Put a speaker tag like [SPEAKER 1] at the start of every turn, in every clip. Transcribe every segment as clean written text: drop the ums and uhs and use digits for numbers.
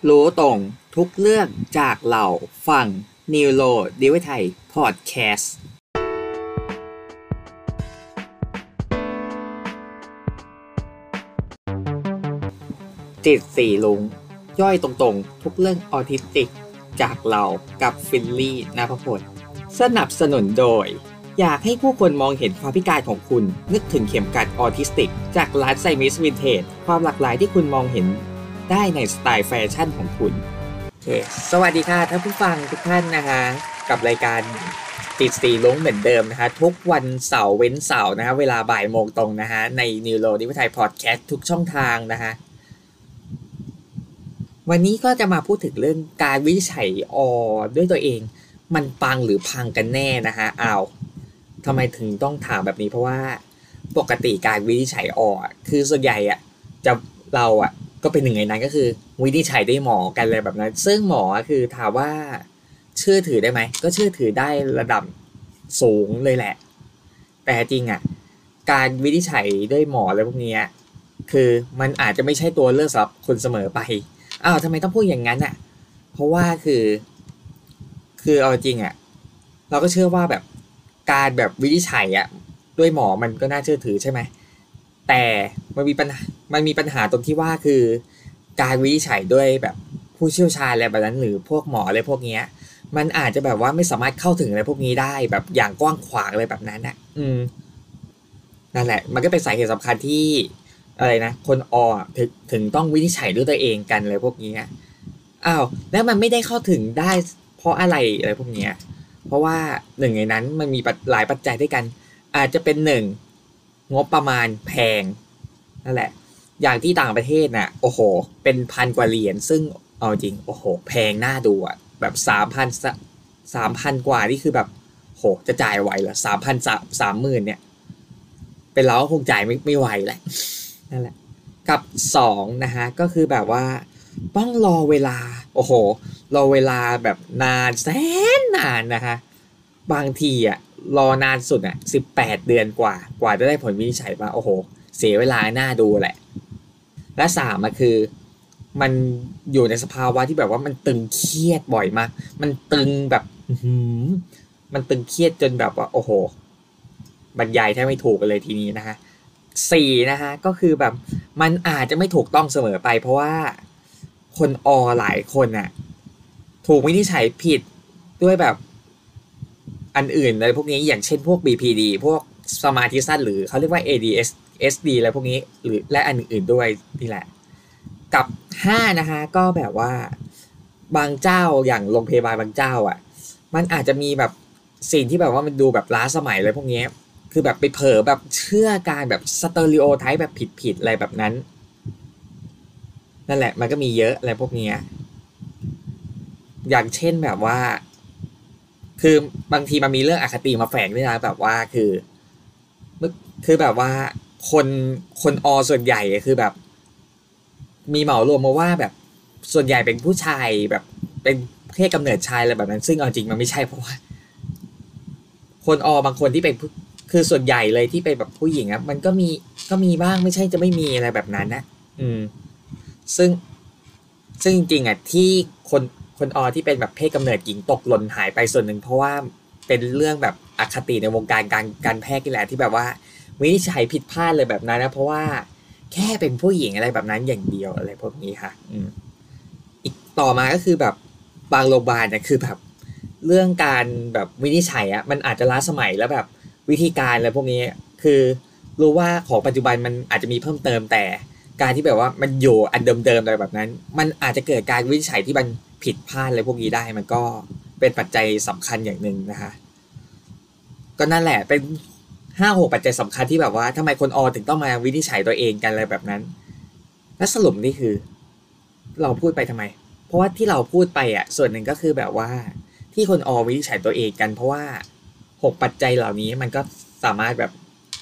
[SPEAKER 1] รู้ตรงทุกเรื่องจากเราฟัง Neuro Divide Thai Podcast จิตสี่ลุงย่อยตรงๆทุกเรื่องออทิสติกจากเรากับฟิลลี่ณภพลสนับสนุนโดยอยากให้ผู้คนมองเห็นความพิการของคุณนึกถึงเข็มกลัดออทิสติกจากร้านไซมิสวินเทจความหลากหลายที่คุณมองเห็นได้ในสไตล์แฟชั่นของคุณโอเคสวัสดีค่ะท่านผู้ฟังทุกท่านนะคะกับรายการติดสีลุ้งเหมือนเดิมนะคะทุกวันเสาร์เว้นเสาร์นะคะเวลาบ่ายโมงตรงนะคะใน Neuro Divide Thai Podcast ทุกช่องทางนะคะวันนี้ก็จะมาพูดถึงเรื่องการวินิจฉัยด้วยตัวเองมันปังหรือพังกันแน่นะคะทำไมถึงต้องถามแบบนี้เพราะว่าปกติการวินิจฉัยคือส่วนใหญ่เราก็เป็นหนึ่งในนั้นก็คือวินิจฉัยด้วยหมอกันเลยแบบนั้นซึ่งหมอคือถามว่าเชื่อถือได้ไหมก็เชื่อถือได้ระดับสูงเลยแหละแต่จริงการวินิจฉัยด้วยหมออะไรพวกนี้คือมันอาจจะไม่ใช่ตัวเลือกสำหรับคนเสมอไปทำไมต้องพูดอย่างนั้นเพราะว่าคือเอาจริงเราก็เชื่อว่าแบบการแบบวินิจฉัยด้วยหมอมันก็น่าเชื่อถือใช่ไหมแต่มันมีปัญหาตรงที่ว่าคือการวินิจฉัยด้วยแบบผู้เชี่ยวชาญอะไรแบบนั้นหรือพวกหมออะไรพวกนี้มันอาจจะแบบว่าไม่สามารถเข้าถึงอะไรพวกนี้ได้แบบอย่างกว้างขวางอะไรแบบนั้นนั่นแหละมันก็เป็นสาเหตุสำคัญที่อะไรนะคนถึงต้องวินิจฉัยด้วยตัวเองกันอะไรพวกนี้แล้วมันไม่ได้เข้าถึงได้เพราะอะไรพวกนี้เพราะว่าหนึ่งในนั้นมันมีหลายปัจจัยด้วยกันอาจจะเป็นหนึ่งงบประมาณแพงนั่นแหละอย่างที่ต่างประเทศโอ้โหเป็นพันกว่าเหรียญซึ่งเอาจริงโอ้โหแพงน่าดูแบบ3,000 กว่านี่คือแบบโหจะจ่ายไหวเหรอ30,000 เนี่ยเป็นเราก็คงจ่ายไม่ไหวแหละนั่นแหละกับ2นะฮะก็คือแบบว่าต้องรอเวลาโอ้โหรอเวลาแบบนานแสนนานนะคะบางทีรอนานสุด18 เดือนกว่าจะได้ผลวินิจฉัยมาโอ้โหเสียเวลาน่าดูแหละและ3คือมันอยู่ในสภาวะที่แบบว่ามันตึงเครียดบ่อยมากมันตึงแบบมันตึงเครียดจนแบบว่าโอ้โหบรรยายแทบไม่ถูกกันเลยทีนี้นะคะ4นะคะก็คือแบบมันอาจจะไม่ถูกต้องเสมอไปเพราะว่าคนหลายคนถูกวินิจฉัยผิดด้วยแบบอันอื่นอะไรพวกนี้อย่างเช่นพวก BPD พวกสมาธิสั้นหรือเขาเรียกว่า ADHD อะไรพวกนี้หรือและอันอื่นๆด้วยนี่แหละกับ5นะคะก็แบบว่าบางเจ้าอย่างโรงพยาบาลบางเจ้ามันอาจจะมีแบบสิ่งที่แบบว่ามันดูแบบล้าสมัยอะไรพวกนี้คือแบบไปเผลอแบบเชื่อการแบบสเตอริโอไทป์แบบผิดอะไรแบบนั้นนั่นแหละมันก็มีเยอะอะไรพวกนี้อย่างเช่นแบบว่าคือบางทีมันมีเรื่องอคติมาแฝงด้วยนะแบบว่าคือแบบว่าคนส่วนใหญ่คือแบบมีเหมารวมมาว่าแบบส่วนใหญ่เป็นผู้ชายแบบเป็นเพศกำเนิดชายอะไรแบบนั้นซึ่งเอาจริงมันไม่ใช่เพราะว่าคนบางคนที่เป็นคือส่วนใหญ่เลยที่เป็นแบบผู้หญิงมันก็มีบ้างไม่ใช่จะไม่มีอะไรแบบนั้นนะซึ่งจริงที่คนที่เป็นแบบเพศกำเนิดหญิงตกหล่นหายไปส่วนหนึ่งเพราะว่าเป็นเรื่องแบบอคติในวงการแพทย์นี่แหละที่แบบว่าวินิจฉัยผิดพลาดเลยแบบนั้นนะเพราะว่าแค่เป็นผู้หญิงอะไรแบบนั้นอย่างเดียวอะไรพวกนี้ค่ะอีกต่อมาก็คือแบบบางโรงพยาบาลคือแบบเรื่องการแบบวินิจฉัยมันอาจจะล้าสมัยแล้วแบบวิธีการอะไรพวกนี้คือรู้ว่าของปัจจุบันมันอาจจะมีเพิ่มเติมแต่การที่แบบว่ามันอยู่อันเดิมๆอะไรแบบนั้นมันอาจจะเกิดการวินิจฉัยที่มันผิดพลาดอะไรพวกนี้ได้มันก็เป็นปัจจัยสำคัญอย่างหนึ่งนะคะก็นั่นแหละเป็น5-6 ปัจจัยสำคัญที่แบบว่าทำไมคนถึงต้องมาวินิจฉัยตัวเองกันอะไรแบบนั้นและสรุปนี่คือเราพูดไปทำไมเพราะว่าที่เราพูดไปส่วนหนึ่งก็คือแบบว่าที่คนวินิจฉัยตัวเองกันเพราะว่า6 ปัจจัยเหล่านี้มันก็สามารถแบบ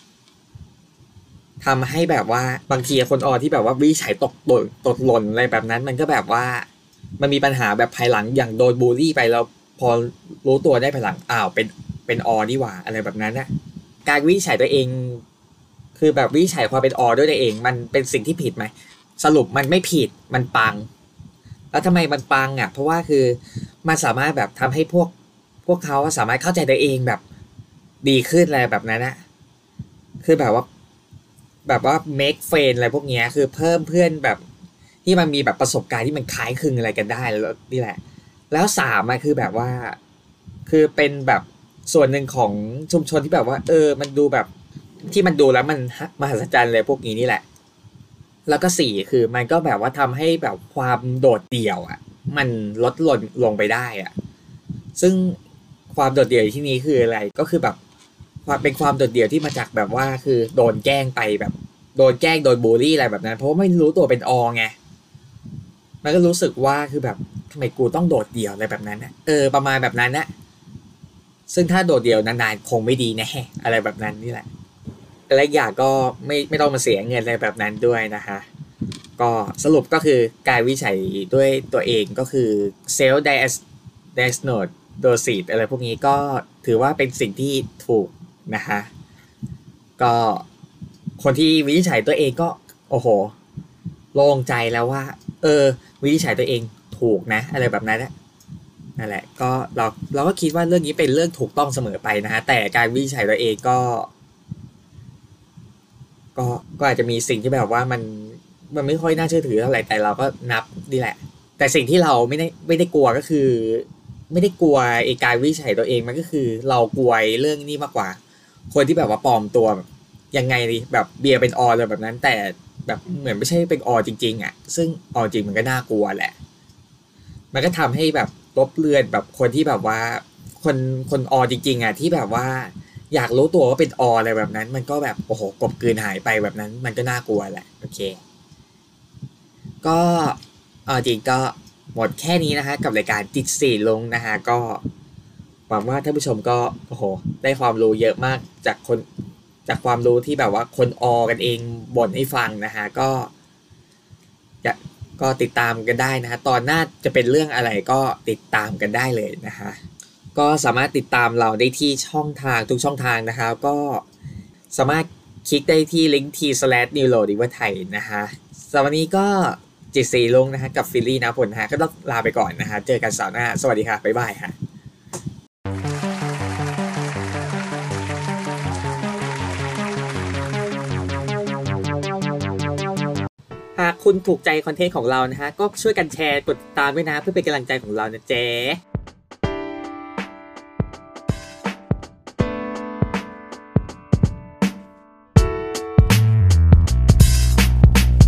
[SPEAKER 1] ทำให้แบบว่าบางทีคนที่แบบว่าวินิจฉัยตกหล่นอะไรแบบนั้นมันก็แบบว่ามันมีปัญหาแบบภายหลังอย่างโดนบูลลี่ไปแล้วพอรู้ตัวได้ภายหลังเป็นนี่หว่าอะไรแบบนั้นการวินิจฉัยตัวเองคือแบบวินิจฉัยความเป็นด้วยตัวเองมันเป็นสิ่งที่ผิดไหมสรุปมันไม่ผิดมันปังแล้วทำไมมันปังอ่ะเพราะว่าคือมันสามารถแบบทำให้พวกเขาสามารถเข้าใจตัวเองแบบดีขึ้นอะไรแบบนั้นนะคือแบบว่า make friend อะไรพวกเนี้ยคือเพิ่มเพื่อนแบบที่มันมีแบบประสบการณ์ที่มันคล้ายคลึงอะไรกันได้แล้วนี่แหละแล้วสามคือแบบว่าคือเป็นแบบส่วนหนึ่งของชุมชนที่แบบว่ามันดูแบบที่มันดูแล้วมันมหัศจรรย์เลยพวกนี้นี่แหละแล้วก็สี่คือมันก็แบบว่าทำให้แบบความโดดเดี่ยวมันลดลงไปได้ซึ่งความโดดเดี่ยวที่นี้คืออะไรก็คือแบบความโดดเดี่ยวที่มาจากแบบว่าคือโดนแกล้งไปแบบโดนแกล้งโดนบูลลี่อะไรแบบนั้นเพราะว่าไม่รู้ตัวเป็นไงมันก็รู้สึกว่าคือแบบทำไมกูต้องโดดเดี่ยวอะไรแบบนั้นประมาณแบบนั้นซึ่งถ้าโดดเดี่ยวนานๆคงไม่ดีแน่อะไรแบบนั้นนี่แหละและอย่างก็ไม่ต้องมาเสียเงินอะไรแบบนั้นด้วยนะคะก็สรุปก็คือการวิจัยด้วยตัวเองก็คือ self diagnosis อะไรพวกนี้ก็ถือว่าเป็นสิ่งที่ถูกนะคะก็คนที่วิจัยตัวเองก็โอ้โหโล่งใจแล้วว่าวิจัยตัวเองถูกนะอะไรแบบนั้นนั่นแหละก็เราก็คิดว่าเรื่องนี้เป็นเรื่องถูกต้องเสมอไปนะฮะแต่การวิจัยตัวเองก็อาจจะมีสิ่งที่แบบว่ามันไม่ค่อยน่าเชื่อถือเท่าไหร่แต่เราก็นับนี่แหละแต่สิ่งที่เราไม่ได้กลัวก็คือไม่ได้กลัวไอ้การวิจัยตัวเองมันก็คือเรากลัวเรื่องนี้มากกว่าคนที่แบบว่าปลอมตัวแบบยังไงดีแบบเบียร์เป็นอะไรแบบนั้นแต่แบบเหมือนไม่ใช่เป็นจริงๆซึ่งจริงมันก็น่ากลัวแหละมันก็ทำให้แบบลบเลือนแบบคนที่แบบว่าคนจริงๆที่แบบว่าอยากรู้ตัวว่าเป็นอะไรแบบนั้นมันก็แบบโอ้โหกลบกลืนหายไปแบบนั้นมันก็น่ากลัวแหละโอเคก็จริงก็หมดแค่นี้นะคะกับรายการจิตสี่ลงนะคะก็หวังว่าท่านผู้ชมก็โอ้โหได้ความรู้เยอะมากจากความรู้ที่แบบว่าคนกันเองบ่นให้ฟังนะคะก็ติดตามกันได้นะคะตอนหน้าจะเป็นเรื่องอะไรก็ติดตามกันได้เลยนะคะก็สามารถติดตามเราได้ที่ช่องทางทุกช่องทางนะคะก็สามารถคลิกได้ที่ลิงก์ t/newlo ดิว่าไทยนะคะสำหรับวันนี้ก็จิตสีลงนะคะกับฟิลลี่นะผลก็ต้องลาไปก่อนนะคะเจอกันเสาร์หน้าสวัสดีค่ะบ๊ายบายค่ะหากคุณถูกใจคอนเทนต์ของเรานะฮะก็ช่วยกันแชร์กดติดตามด้วยนะเพื่อเป็นกำลังใจของเรานะเจ๊